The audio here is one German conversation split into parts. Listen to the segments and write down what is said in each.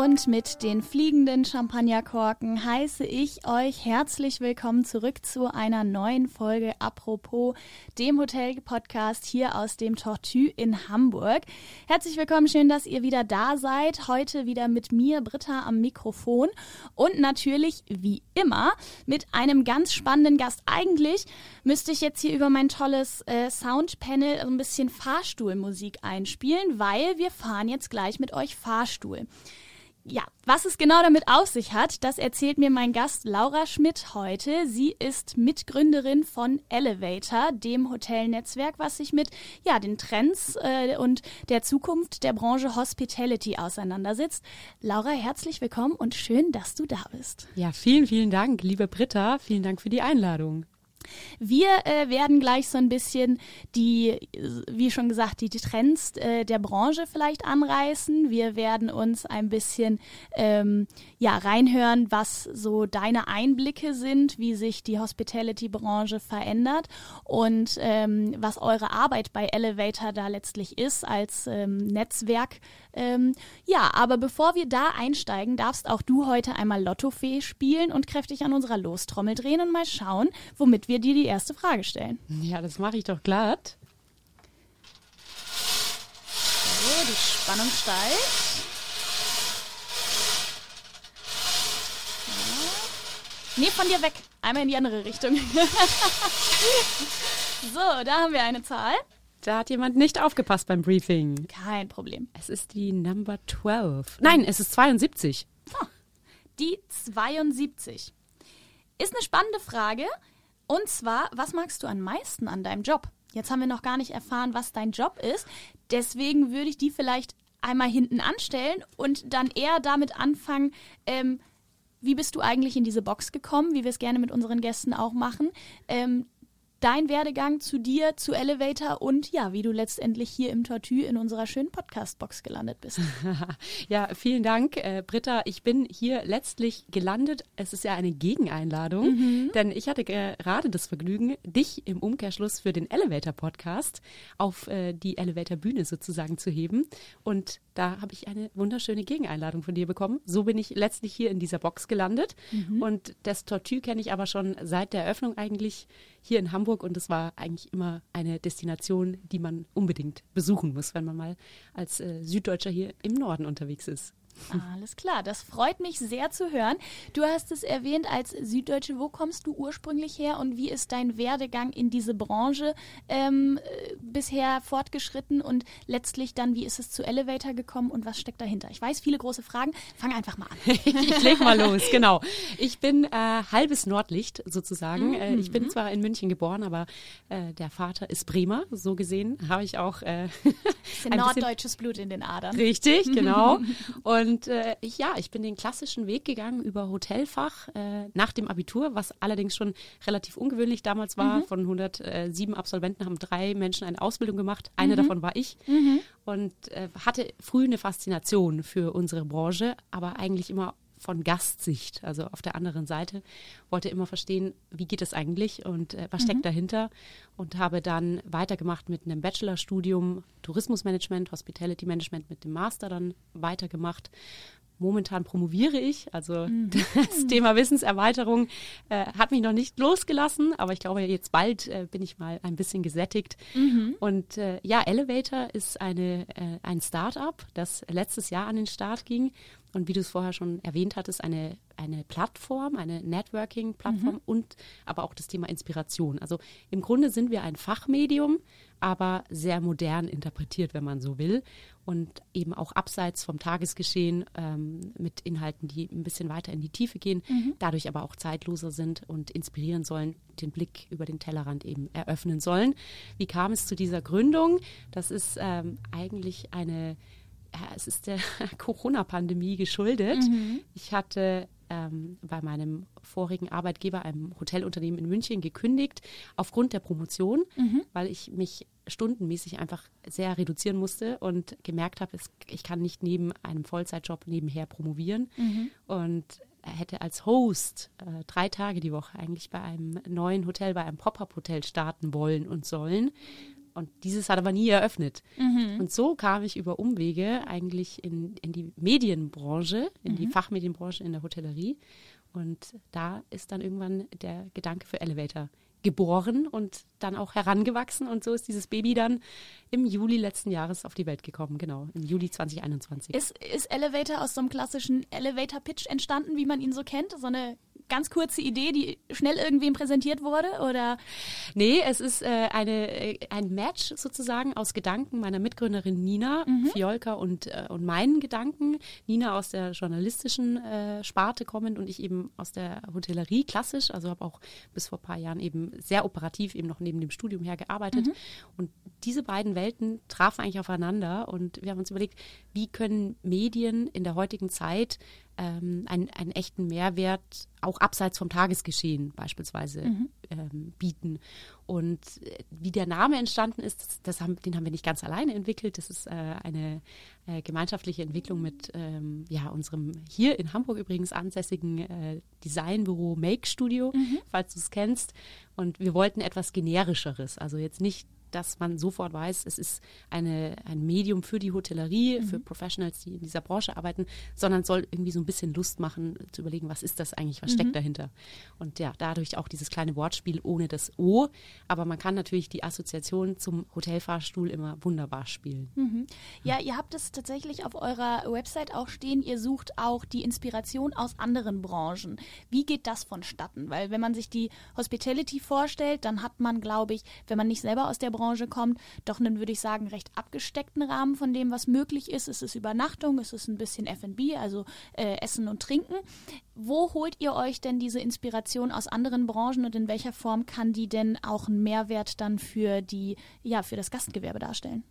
und mit den fliegenden Champagnerkorken heiße ich euch herzlich willkommen zurück zu einer neuen Folge Apropos, dem Hotel-Podcast hier aus dem Tortue in Hamburg. Herzlich willkommen, schön, dass ihr wieder da seid. Heute wieder mit mir, Britta, am Mikrofon und natürlich, wie immer, mit einem ganz spannenden Gast. Eigentlich müsste ich jetzt hier über mein tolles Soundpanel ein bisschen Fahrstuhlmusik einspielen, weil wir fahren jetzt gleich mit euch Fahrstuhl. Ja, was es genau damit auf sich hat, das erzählt mir mein Gast Laura Schmidt heute. Sie ist Mitgründerin von Elevator, dem Hotelnetzwerk, was sich mit den Trends und der Zukunft der Branche Hospitality auseinandersetzt. Laura, herzlich willkommen und schön, dass du da bist. Ja, vielen, vielen Dank, liebe Britta. Vielen Dank für die Einladung. Wir werden gleich so ein bisschen wie schon gesagt, die Trends der Branche vielleicht anreißen. Wir werden uns ein bisschen reinhören, was so deine Einblicke sind, wie sich die Hospitality-Branche verändert und was eure Arbeit bei Elevator da letztlich ist als Netzwerk. Aber bevor wir da einsteigen, darfst auch du heute einmal Lottofee spielen und kräftig an unserer Lostrommel drehen und mal schauen, womit wir dir die erste Frage stellen. Ja, das mache ich doch glatt. So, die Spannung steigt. Ja. Nee, von dir weg. Einmal in die andere Richtung. So, da haben wir eine Zahl. Da hat jemand nicht aufgepasst beim Briefing. Kein Problem. Es ist die Number 12. Nein, es ist 72. Oh, die 72. Ist eine spannende Frage. Und zwar, was magst du am meisten an deinem Job? Jetzt haben wir noch gar nicht erfahren, was dein Job ist. Deswegen würde ich die vielleicht einmal hinten anstellen und dann eher damit anfangen, wie bist du eigentlich in diese Box gekommen, wie wir es gerne mit unseren Gästen auch machen. Dein Werdegang zu dir, zu Elevator und wie du letztendlich hier im Tortue in unserer schönen Podcast-Box gelandet bist. Ja, vielen Dank, Britta. Ich bin hier letztlich gelandet. Es ist ja eine Gegeneinladung, denn ich hatte gerade das Vergnügen, dich im Umkehrschluss für den Elevator-Podcast auf die Elevator-Bühne sozusagen zu heben. Und da habe ich eine wunderschöne Gegeneinladung von dir bekommen. So bin ich letztlich hier in dieser Box gelandet. Und das Tortue kenne ich aber schon seit der Eröffnung eigentlich hier in Hamburg und es war eigentlich immer eine Destination, die man unbedingt besuchen muss, wenn man mal als Süddeutscher hier im Norden unterwegs ist. Alles klar, das freut mich sehr zu hören. Du hast es erwähnt als Süddeutsche. Wo kommst du ursprünglich her und wie ist dein Werdegang in diese Branche bisher fortgeschritten und letztlich dann, wie ist es zu Elevator gekommen und was steckt dahinter? Ich weiß, viele große Fragen. Fang einfach mal an. Ich leg mal los, genau. Ich bin halbes Nordlicht sozusagen. Ich bin zwar in München geboren, aber der Vater ist Bremer. So gesehen habe ich auch ein norddeutsches Blut in den Adern. Richtig, genau. Und ich bin den klassischen Weg gegangen über Hotelfach nach dem Abitur, was allerdings schon relativ ungewöhnlich damals war. Von 107 Absolventen haben 3 Menschen eine Ausbildung gemacht. Eine davon war ich und hatte früh eine Faszination für unsere Branche, aber eigentlich immer von Gastsicht, also auf der anderen Seite, wollte immer verstehen, wie geht es eigentlich und was steckt dahinter und habe dann weitergemacht mit einem Bachelorstudium Tourismusmanagement, Hospitality Management mit dem Master dann weitergemacht. Momentan promoviere ich, also das Thema Wissenserweiterung hat mich noch nicht losgelassen, aber ich glaube, jetzt bald bin ich mal ein bisschen gesättigt. Und Elevator ist ein Start-up, das letztes Jahr an den Start ging. Und wie du es vorher schon erwähnt hattest, eine Plattform, eine Networking-Plattform und aber auch das Thema Inspiration. Also im Grunde sind wir ein Fachmedium, aber sehr modern interpretiert, wenn man so will. Und eben auch abseits vom Tagesgeschehen mit Inhalten, die ein bisschen weiter in die Tiefe gehen, dadurch aber auch zeitloser sind und inspirieren sollen, den Blick über den Tellerrand eben eröffnen sollen. Wie kam es zu dieser Gründung? Das ist eigentlich es ist der Corona-Pandemie geschuldet. Ich hatte bei meinem vorigen Arbeitgeber, einem Hotelunternehmen in München, gekündigt aufgrund der Promotion, weil ich mich stundenmäßig einfach sehr reduzieren musste und gemerkt habe, ich kann nicht neben einem Vollzeitjob nebenher promovieren und hätte als Host 3 Tage die Woche eigentlich bei einem neuen Hotel, bei einem Pop-Up-Hotel starten wollen und sollen. Und dieses hat aber nie eröffnet. Und so kam ich über Umwege eigentlich in die Medienbranche, in die Fachmedienbranche in der Hotellerie. Und da ist dann irgendwann der Gedanke für Elevator geboren und dann auch herangewachsen. Und so ist dieses Baby dann im Juli letzten Jahres auf die Welt gekommen. Genau, im Juli 2021. Ist Elevator aus so einem klassischen Elevator-Pitch entstanden, wie man ihn so kennt? So eine ganz kurze Idee, die schnell irgendwem präsentiert wurde, oder? Nee, es ist ein Match sozusagen aus Gedanken meiner Mitgründerin Nina Fiolka und meinen Gedanken. Nina aus der journalistischen Sparte kommend und ich eben aus der Hotellerie klassisch. Also habe auch bis vor ein paar Jahren eben sehr operativ eben noch neben dem Studium her gearbeitet. Und diese beiden Welten trafen eigentlich aufeinander und wir haben uns überlegt, wie können Medien in der heutigen Zeit einen echten Mehrwert auch abseits vom Tagesgeschehen beispielsweise bieten. Und wie der Name entstanden ist, den haben wir nicht ganz alleine entwickelt. Das ist eine gemeinschaftliche Entwicklung mit unserem hier in Hamburg übrigens ansässigen Designbüro Make Studio, falls du es kennst. Und wir wollten etwas Generischeres, also jetzt nicht, dass man sofort weiß, es ist ein Medium für die Hotellerie, für Professionals, die in dieser Branche arbeiten, sondern soll irgendwie so ein bisschen Lust machen, zu überlegen, was ist das eigentlich, was steckt dahinter. Und ja, dadurch auch dieses kleine Wortspiel ohne das O, aber man kann natürlich die Assoziation zum Hotelfahrstuhl immer wunderbar spielen. Ja, ihr habt es tatsächlich auf eurer Website auch stehen, ihr sucht auch die Inspiration aus anderen Branchen. Wie geht das vonstatten? Weil wenn man sich die Hospitality vorstellt, dann hat man, glaube ich, wenn man nicht selber aus der Branche kommt, doch einen, würde ich sagen, recht abgesteckten Rahmen von dem, was möglich ist. Es ist Übernachtung, es ist ein bisschen F&B, also Essen und Trinken. Wo holt ihr euch denn diese Inspiration aus anderen Branchen und in welcher Form kann die denn auch einen Mehrwert dann für das Gastgewerbe darstellen?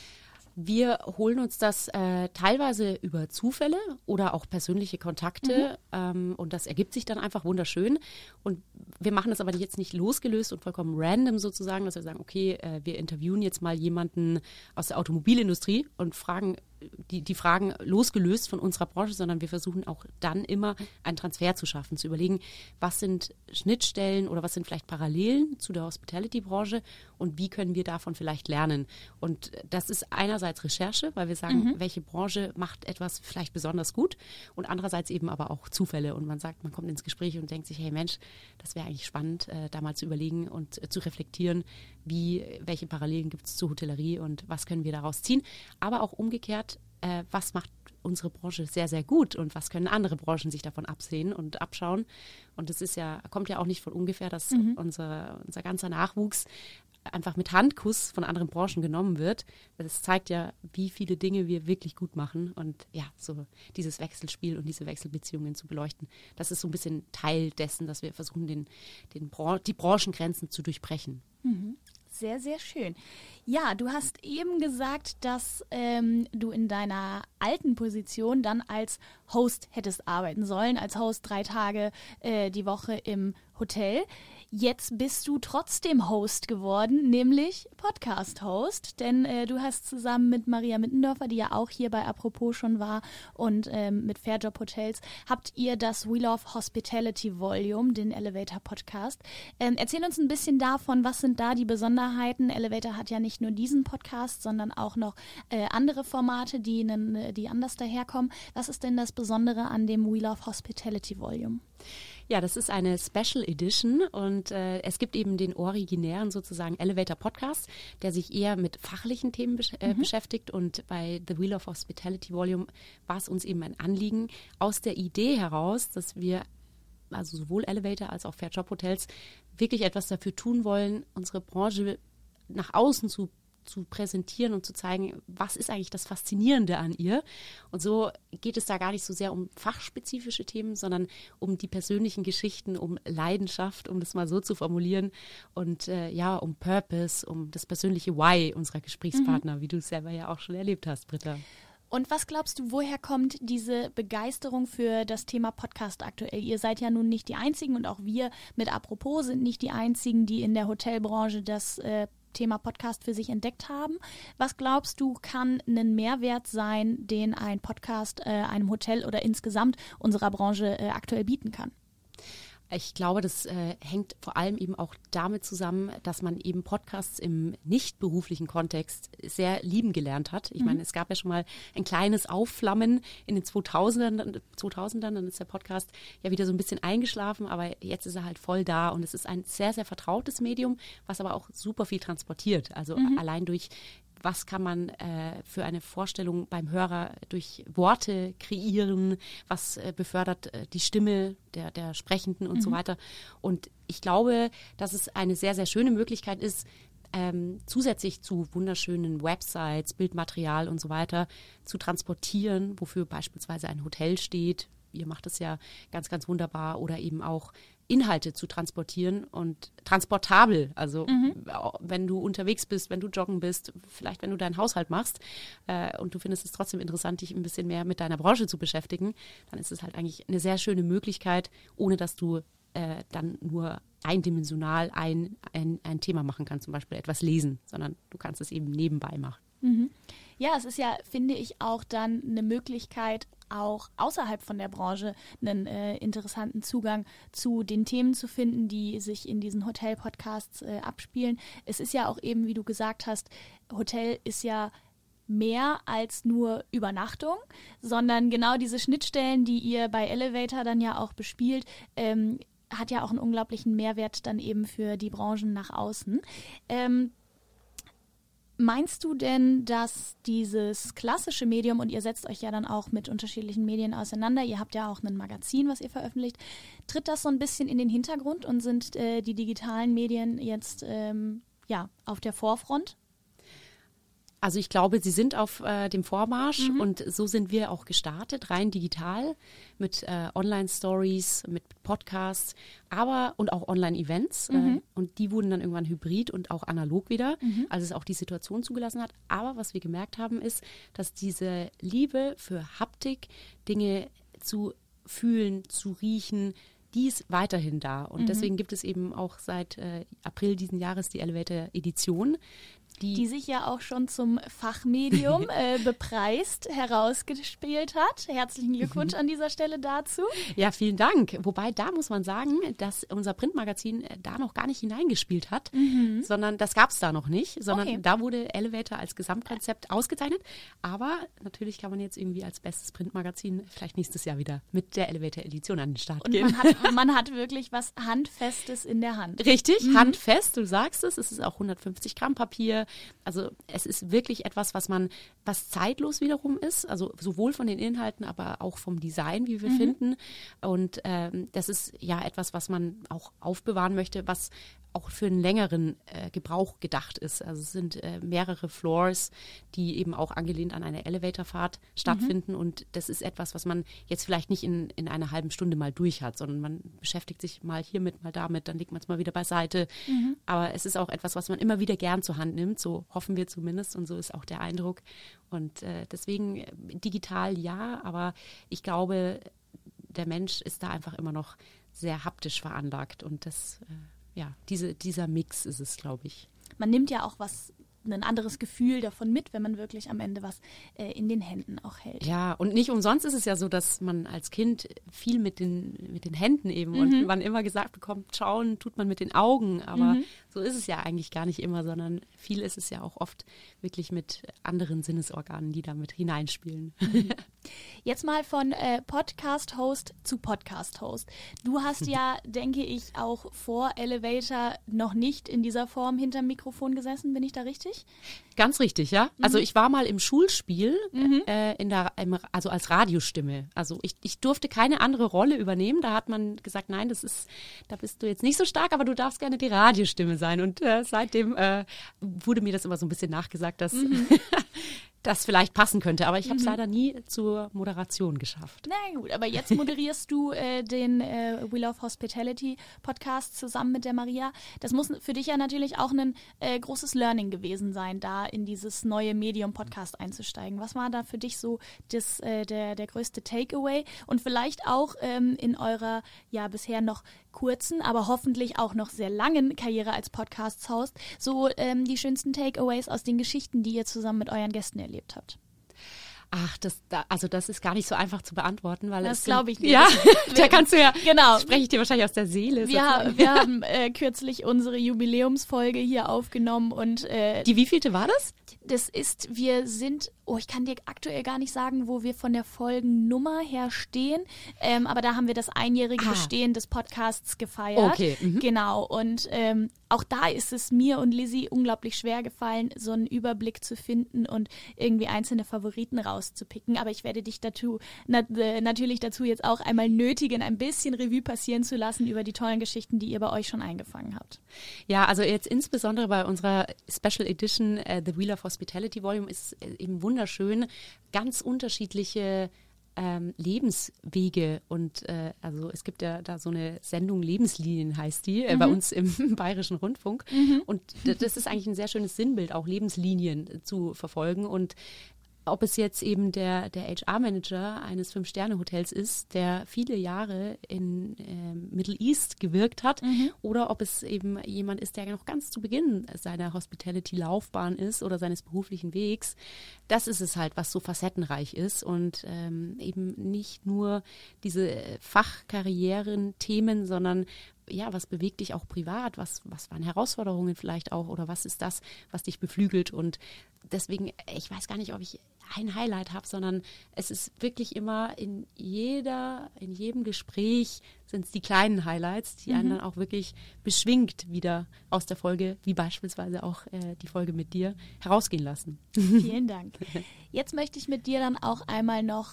Wir holen uns das teilweise über Zufälle oder auch persönliche Kontakte und das ergibt sich dann einfach wunderschön. Und wir machen das aber jetzt nicht losgelöst und vollkommen random sozusagen, dass wir sagen, okay, wir interviewen jetzt mal jemanden aus der Automobilindustrie und fragen die Fragen losgelöst von unserer Branche, sondern wir versuchen auch dann immer einen Transfer zu schaffen, zu überlegen, was sind Schnittstellen oder was sind vielleicht Parallelen zu der Hospitality-Branche und wie können wir davon vielleicht lernen. Und das ist einerseits Recherche, weil wir sagen, welche Branche macht etwas vielleicht besonders gut und andererseits eben aber auch Zufälle und man sagt, man kommt ins Gespräch und denkt sich, hey Mensch, das wäre eigentlich spannend, da mal zu überlegen und zu reflektieren, welche Parallelen gibt es zur Hotellerie und was können wir daraus ziehen, aber auch umgekehrt, was macht unsere Branche sehr, sehr gut und was können andere Branchen sich davon absehen und abschauen. Und das kommt ja auch nicht von ungefähr, dass unser ganzer Nachwuchs einfach mit Handkuss von anderen Branchen genommen wird. Das zeigt ja, wie viele Dinge wir wirklich gut machen und ja, so dieses Wechselspiel und diese Wechselbeziehungen zu beleuchten, das ist so ein bisschen Teil dessen, dass wir versuchen, die Branchengrenzen zu durchbrechen. Sehr, sehr schön. Ja, du hast eben gesagt, dass du in deiner alten Position dann als Host hättest arbeiten sollen, als Host 3 Tage die Woche im Hotel. Jetzt bist du trotzdem Host geworden, nämlich Podcast-Host, denn du hast zusammen mit Maria Mittendorfer, die ja auch hier bei Apropos schon war und mit Fairjob Hotels, habt ihr das We Love Hospitality Volume, den Elevator Podcast. Erzähl uns ein bisschen davon, was sind da die Besonderheiten? Elevator hat ja nicht nur diesen Podcast, sondern auch noch andere Formate, die anders daherkommen. Was ist denn das Besondere an dem We Love Hospitality Volume? Ja, das ist eine Special Edition und es gibt eben den originären sozusagen Elevator Podcast, der sich eher mit fachlichen Themen beschäftigt und bei The Wheel of Hospitality Volume war es uns eben ein Anliegen aus der Idee heraus, dass wir also sowohl Elevator als auch Fairjob Hotels wirklich etwas dafür tun wollen, unsere Branche nach außen zu präsentieren und zu zeigen, was ist eigentlich das Faszinierende an ihr. Und so geht es da gar nicht so sehr um fachspezifische Themen, sondern um die persönlichen Geschichten, um Leidenschaft, um das mal so zu formulieren und um Purpose, um das persönliche Why unserer Gesprächspartner, wie du es selber ja auch schon erlebt hast, Britta. Und was glaubst du, woher kommt diese Begeisterung für das Thema Podcast aktuell? Ihr seid ja nun nicht die Einzigen und auch wir mit Apropos sind nicht die Einzigen, die in der Hotelbranche das Thema Podcast für sich entdeckt haben. Was glaubst du, kann ein Mehrwert sein, den ein Podcast einem Hotel oder insgesamt unserer Branche aktuell bieten kann? Ich glaube, das hängt vor allem eben auch damit zusammen, dass man eben Podcasts im nicht beruflichen Kontext sehr lieben gelernt hat. Ich meine, es gab ja schon mal ein kleines Aufflammen in den 2000ern, dann ist der Podcast ja wieder so ein bisschen eingeschlafen, aber jetzt ist er halt voll da und es ist ein sehr, sehr vertrautes Medium, was aber auch super viel transportiert. Also allein durch was kann man für eine Vorstellung beim Hörer durch Worte kreieren, was befördert die Stimme der Sprechenden und so weiter. Und ich glaube, dass es eine sehr, sehr schöne Möglichkeit ist, zusätzlich zu wunderschönen Websites, Bildmaterial und so weiter zu transportieren, wofür beispielsweise ein Hotel steht. Ihr macht es ja ganz, ganz wunderbar, oder eben auch Inhalte zu transportieren und transportabel. Also wenn du unterwegs bist, wenn du joggen bist, vielleicht wenn du deinen Haushalt machst und du findest es trotzdem interessant, dich ein bisschen mehr mit deiner Branche zu beschäftigen, dann ist es halt eigentlich eine sehr schöne Möglichkeit, ohne dass du dann nur eindimensional ein Thema machen kannst, zum Beispiel etwas lesen, sondern du kannst es eben nebenbei machen. Ja, es ist ja, finde ich, auch dann eine Möglichkeit, auch außerhalb von der Branche einen interessanten Zugang zu den Themen zu finden, die sich in diesen Hotel-Podcasts abspielen. Es ist ja auch eben, wie du gesagt hast, Hotel ist ja mehr als nur Übernachtung, sondern genau diese Schnittstellen, die ihr bei Elevator dann ja auch bespielt, hat ja auch einen unglaublichen Mehrwert dann eben für die Branchen nach außen. Meinst du denn, dass dieses klassische Medium, und ihr setzt euch ja dann auch mit unterschiedlichen Medien auseinander, ihr habt ja auch ein Magazin, was ihr veröffentlicht, tritt das so ein bisschen in den Hintergrund und sind die digitalen Medien jetzt auf der Vorfront? Also ich glaube, sie sind auf dem Vormarsch und so sind wir auch gestartet, rein digital mit Online-Stories, mit Podcasts, und auch Online-Events. Und die wurden dann irgendwann hybrid und auch analog wieder, als es auch die Situation zugelassen hat. Aber was wir gemerkt haben, ist, dass diese Liebe für Haptik, Dinge zu fühlen, zu riechen, die ist weiterhin da. Und deswegen gibt es eben auch seit April diesen Jahres die Elevator-Edition, die sich ja auch schon zum Fachmedium bepreist herausgespielt hat. Herzlichen Glückwunsch an dieser Stelle dazu. Ja, vielen Dank. Wobei, da muss man sagen, dass unser Printmagazin da noch gar nicht hineingespielt hat, sondern das gab es da noch nicht, sondern da wurde Elevator als Gesamtkonzept ausgezeichnet. Aber natürlich kann man jetzt irgendwie als bestes Printmagazin vielleicht nächstes Jahr wieder mit der Elevator-Edition an den Start gehen. Und man hat wirklich was Handfestes in der Hand. Richtig, handfest, du sagst es. Es ist auch 150 Gramm Papier. Also es ist wirklich etwas, was zeitlos wiederum ist, also sowohl von den Inhalten, aber auch vom Design, wie wir finden. Und das ist ja etwas, was man auch aufbewahren möchte, was auch für einen längeren Gebrauch gedacht ist. Also es sind mehrere Floors, die eben auch angelehnt an eine Elevatorfahrt stattfinden. Und das ist etwas, was man jetzt vielleicht nicht in einer halben Stunde mal durch hat, sondern man beschäftigt sich mal hiermit, mal damit, dann legt man es mal wieder beiseite. Aber es ist auch etwas, was man immer wieder gern zur Hand nimmt, so hoffen wir zumindest und so ist auch der Eindruck. Und deswegen digital ja, aber ich glaube, der Mensch ist da einfach immer noch sehr haptisch veranlagt und das dieser Mix ist es, glaube ich. Man nimmt ja auch ein anderes Gefühl davon mit, wenn man wirklich am Ende was in den Händen auch hält. Ja, und nicht umsonst ist es ja so, dass man als Kind viel mit den Händen eben und man immer gesagt bekommt, schauen tut man mit den Augen, aber so ist es ja eigentlich gar nicht immer, sondern viel ist es ja auch oft wirklich mit anderen Sinnesorganen, die da mit hineinspielen. Jetzt mal von Podcast-Host zu Podcast-Host. Du hast ja, denke ich, auch vor Elevator noch nicht in dieser Form hinterm Mikrofon gesessen, bin ich da richtig? Ganz richtig, ja. Also ich war mal im Schulspiel also als Radiostimme. Also ich durfte keine andere Rolle übernehmen. Da hat man gesagt, nein, da bist du jetzt nicht so stark, aber du darfst gerne die Radiostimme sein. Und seitdem wurde mir das immer so ein bisschen nachgesagt, dass das vielleicht passen könnte. Aber ich habe es leider nie zur Moderation geschafft. Na gut, aber jetzt moderierst du den We Love Hospitality Podcast zusammen mit der Maria. Das muss für dich ja natürlich auch ein großes Learning gewesen sein, da in dieses neue Medium Podcast einzusteigen. Was war da für dich so der größte Takeaway? Und vielleicht auch in eurer ja bisher noch kurzen, aber hoffentlich auch noch sehr langen Karriere als Podcast-Host, so die schönsten Takeaways aus den Geschichten, die ihr zusammen mit euren Gästen erlebt habt? Ach, das ist gar nicht so einfach zu beantworten, weil das glaube ich nicht. Ja, da kannst du ja, genau. spreche ich dir wahrscheinlich aus der Seele. Wir haben kürzlich unsere Jubiläumsfolge hier aufgenommen und die wievielte war das? Ich kann dir aktuell gar nicht sagen, wo wir von der Folgennummer her stehen, aber da haben wir das einjährige Bestehen des Podcasts gefeiert. Okay. Genau, und auch da ist es mir und Lizzie unglaublich schwer gefallen, so einen Überblick zu finden und irgendwie einzelne Favoriten rauszupicken, aber ich werde dich natürlich dazu jetzt auch einmal nötigen, ein bisschen Revue passieren zu lassen über die tollen Geschichten, die ihr bei euch schon eingefangen habt. Ja, also jetzt insbesondere bei unserer Special Edition The Wheel of Hospitality Volume ist eben wunderschön, ganz unterschiedliche Lebenswege und also es gibt ja da so eine Sendung Lebenslinien heißt die, bei uns im Bayerischen Rundfunk und das ist eigentlich ein sehr schönes Sinnbild, auch Lebenslinien zu verfolgen und ob es jetzt eben der HR-Manager eines 5-Sterne-Hotels ist, der viele Jahre in Middle East gewirkt hat, oder ob es eben jemand ist, der noch ganz zu Beginn seiner Hospitality-Laufbahn ist oder seines beruflichen Wegs. Das ist es halt, was so facettenreich ist und eben nicht nur diese Fachkarrieren-Themen, sondern ja, was bewegt dich auch privat? Was waren Herausforderungen vielleicht auch? Oder was ist das, was dich beflügelt? Und deswegen, ich weiß gar nicht, ob ich ein Highlight habe, sondern es ist wirklich immer in jedem Gespräch sind es die kleinen Highlights, die einen dann auch wirklich beschwingt wieder aus der Folge, wie beispielsweise auch die Folge mit dir, herausgehen lassen. Vielen Dank. Jetzt möchte ich mit dir dann auch einmal noch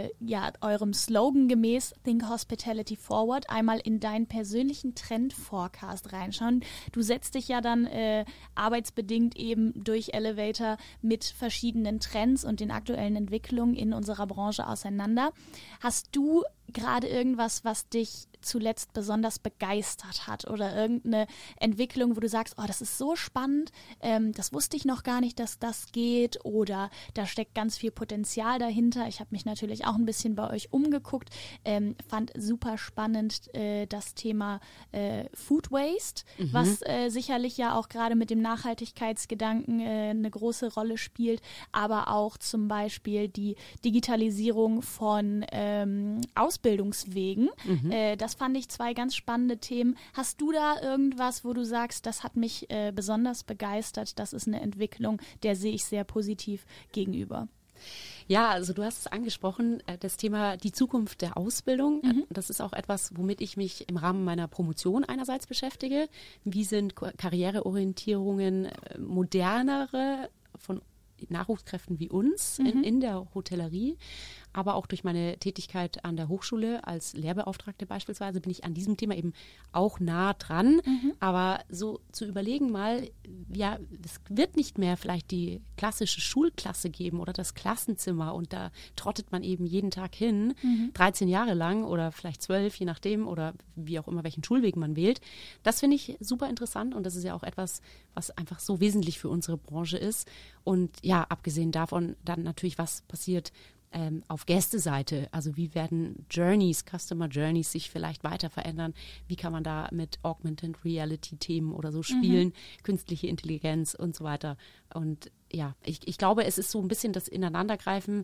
eurem Slogan gemäß Think Hospitality Forward einmal in deinen persönlichen Trend-Forecast reinschauen. Du setzt dich ja dann arbeitsbedingt eben durch Elevator mit verschiedenen Trends und den aktuellen Entwicklungen in unserer Branche auseinander. Hast du gerade irgendwas, was dich zuletzt besonders begeistert hat oder irgendeine Entwicklung, wo du sagst, oh, das ist so spannend, das wusste ich noch gar nicht, dass das geht oder da steckt ganz viel Potenzial dahinter. Ich habe mich natürlich auch ein bisschen bei euch umgeguckt, fand super spannend das Thema Food Waste, was sicherlich ja auch gerade mit dem Nachhaltigkeitsgedanken eine große Rolle spielt, aber auch zum Beispiel die Digitalisierung von Ausbildungswegen. Das fand ich 2 ganz spannende Themen. Hast du da irgendwas, wo du sagst, das hat mich besonders begeistert, das ist eine Entwicklung, der sehe ich sehr positiv gegenüber? Ja, also du hast es angesprochen, das Thema die Zukunft der Ausbildung. Das ist auch etwas, womit ich mich im Rahmen meiner Promotion einerseits beschäftige. Wie sind Karriereorientierungen modernere von Nachwuchskräften wie uns in der Hotellerie? Aber auch durch meine Tätigkeit an der Hochschule als Lehrbeauftragte beispielsweise bin ich an diesem Thema eben auch nah dran. Aber so zu überlegen mal, ja, es wird nicht mehr vielleicht die klassische Schulklasse geben oder das Klassenzimmer und da trottet man eben jeden Tag hin, 13 Jahre lang oder vielleicht 12, je nachdem oder wie auch immer, welchen Schulweg man wählt. Das finde ich super interessant und das ist ja auch etwas, was einfach so wesentlich für unsere Branche ist. Und ja, abgesehen davon dann natürlich, was passiert auf Gästeseite, also wie werden Customer Journeys sich vielleicht weiter verändern, wie kann man da mit Augmented Reality Themen oder so spielen, künstliche Intelligenz und so weiter. Und ja, ich glaube, es ist so ein bisschen das Ineinandergreifen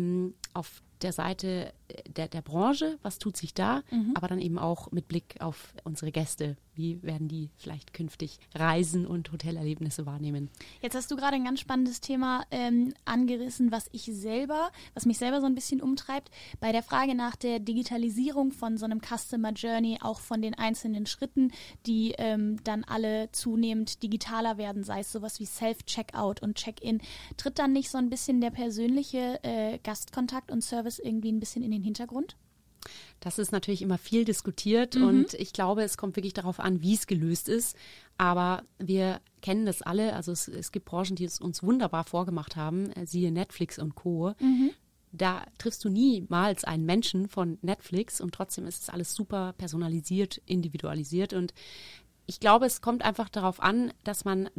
auf der Seite der Branche, was tut sich da, aber dann eben auch mit Blick auf unsere Gäste, wie werden die vielleicht künftig Reisen und Hotelerlebnisse wahrnehmen. Jetzt hast du gerade ein ganz spannendes Thema angerissen, was mich selber so ein bisschen umtreibt, bei der Frage nach der Digitalisierung von so einem Customer Journey, auch von den einzelnen Schritten, die dann alle zunehmend digitaler werden, sei es sowas wie Self-Checkout und Check-in. Tritt dann nicht so ein bisschen der persönliche Gastkontakt und Service irgendwie ein bisschen in den Hintergrund? Das ist natürlich immer viel diskutiert und ich glaube, es kommt wirklich darauf an, wie es gelöst ist. Aber wir kennen das alle. Also es gibt Branchen, die es uns wunderbar vorgemacht haben, siehe Netflix und Co. Da triffst du niemals einen Menschen von Netflix und trotzdem ist es alles super personalisiert, individualisiert. Und ich glaube, es kommt einfach darauf an, dass man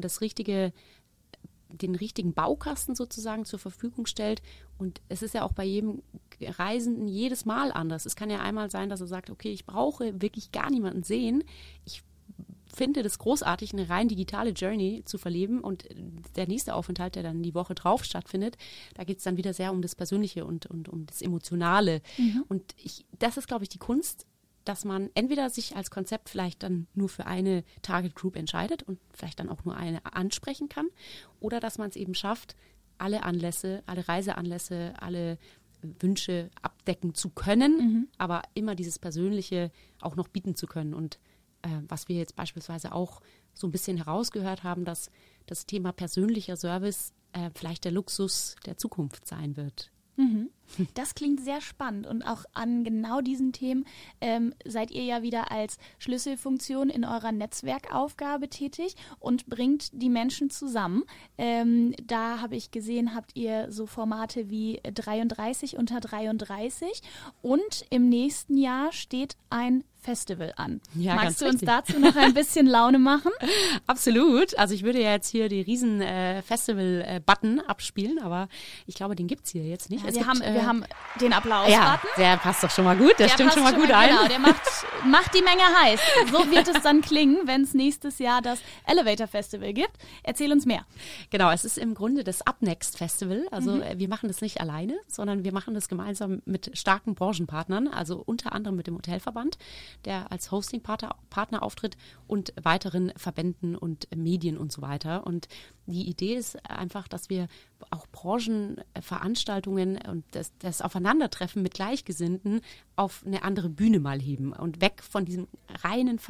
den richtigen Baukasten sozusagen zur Verfügung stellt. Und es ist ja auch bei jedem Reisenden jedes Mal anders. Es kann ja einmal sein, dass er sagt, okay, ich brauche wirklich gar niemanden sehen. Ich finde das großartig, eine rein digitale Journey zu verleben und der nächste Aufenthalt, der dann die Woche drauf stattfindet, da geht es dann wieder sehr um das Persönliche und um das Emotionale. Und das ist, glaube ich, die Kunst, dass man entweder sich als Konzept vielleicht dann nur für eine Target Group entscheidet und vielleicht dann auch nur eine ansprechen kann oder dass man es eben schafft, alle Anlässe, alle Reiseanlässe, alle Wünsche abdecken zu können, aber immer dieses Persönliche auch noch bieten zu können. Und was wir jetzt beispielsweise auch so ein bisschen herausgehört haben, dass das Thema persönlicher Service vielleicht der Luxus der Zukunft sein wird. Das klingt sehr spannend und auch an genau diesen Themen seid ihr ja wieder als Schlüsselfunktion in eurer Netzwerkaufgabe tätig und bringt die Menschen zusammen. Da habe ich gesehen, habt ihr so Formate wie 33 unter 33 und im nächsten Jahr steht ein Festival an. Ja, magst du uns richtig. dazu noch ein bisschen Laune machen? Absolut. Also ich würde ja jetzt hier die riesen Festival-Button abspielen, aber ich glaube, den gibt's hier jetzt nicht. Ja, wir haben den Applaus-Button. Ja, der passt doch schon mal gut. Der stimmt schon mal gut ein. Genau, der macht die Menge heiß. So wird es dann klingen, wenn es nächstes Jahr das Elevator Festival gibt. Erzähl uns mehr. Genau, es ist im Grunde das UpNext Festival. Also wir machen das nicht alleine, sondern wir machen das gemeinsam mit starken Branchenpartnern, also unter anderem mit dem Hotelverband, der als Hosting-Partner auftritt und weiteren Verbänden und Medien und so weiter. Und die Idee ist einfach, dass wir auch Branchenveranstaltungen und das Aufeinandertreffen mit Gleichgesinnten auf eine andere Bühne mal heben und weg von diesem reinen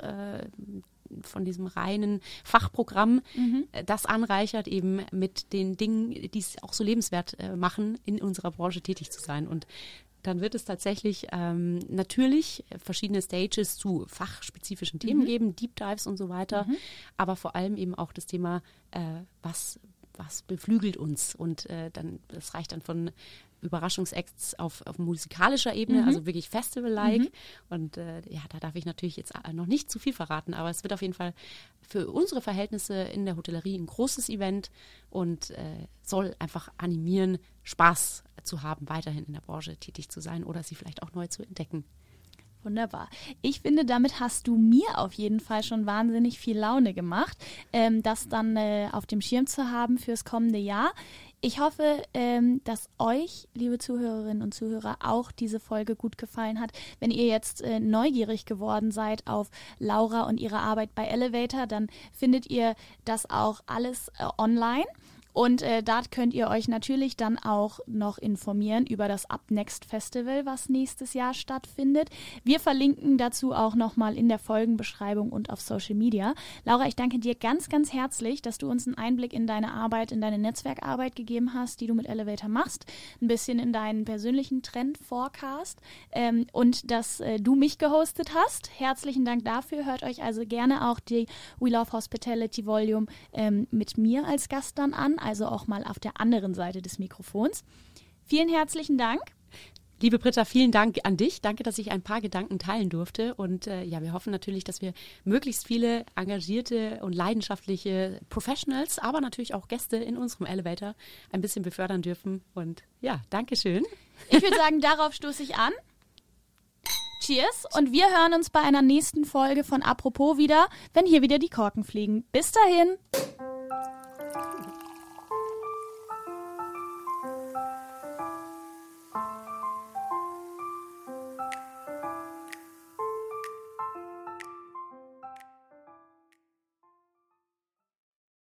Fachprogramm, das anreichert eben mit den Dingen, die es auch so lebenswert machen, in unserer Branche tätig zu sein. Und dann wird es tatsächlich natürlich verschiedene Stages zu fachspezifischen Themen geben, Deep Dives und so weiter, aber vor allem eben auch das Thema, was beflügelt uns. Und das reicht dann von Überraschungsacts auf musikalischer Ebene, also wirklich Festival-like. Und da darf ich natürlich jetzt noch nicht zu viel verraten, aber es wird auf jeden Fall für unsere Verhältnisse in der Hotellerie ein großes Event und soll einfach animieren, Spaß zu haben, weiterhin in der Branche tätig zu sein oder sie vielleicht auch neu zu entdecken. Wunderbar. Ich finde, damit hast du mir auf jeden Fall schon wahnsinnig viel Laune gemacht, das dann auf dem Schirm zu haben fürs kommende Jahr. Ich hoffe, dass euch, liebe Zuhörerinnen und Zuhörer, auch diese Folge gut gefallen hat. Wenn ihr jetzt neugierig geworden seid auf Laura und ihre Arbeit bei Elevator, dann findet ihr das auch alles online. Und da könnt ihr euch natürlich dann auch noch informieren über das UpNext Festival, was nächstes Jahr stattfindet. Wir verlinken dazu auch nochmal in der Folgenbeschreibung und auf Social Media. Laura, ich danke dir ganz, ganz herzlich, dass du uns einen Einblick in deine Arbeit, in deine Netzwerkarbeit gegeben hast, die du mit Elevator machst. Ein bisschen in deinen persönlichen Trend-Forecast und dass du mich gehostet hast. Herzlichen Dank dafür. Hört euch also gerne auch die We Love Hospitality Volume mit mir als Gast dann an. Also auch mal auf der anderen Seite des Mikrofons. Vielen herzlichen Dank. Liebe Britta, vielen Dank an dich. Danke, dass ich ein paar Gedanken teilen durfte. Und wir hoffen natürlich, dass wir möglichst viele engagierte und leidenschaftliche Professionals, aber natürlich auch Gäste in unserem Elevator ein bisschen befördern dürfen. Und ja, Dankeschön. Ich würde sagen, darauf stoße ich an. Cheers. Und wir hören uns bei einer nächsten Folge von Apropos wieder, wenn hier wieder die Korken fliegen. Bis dahin.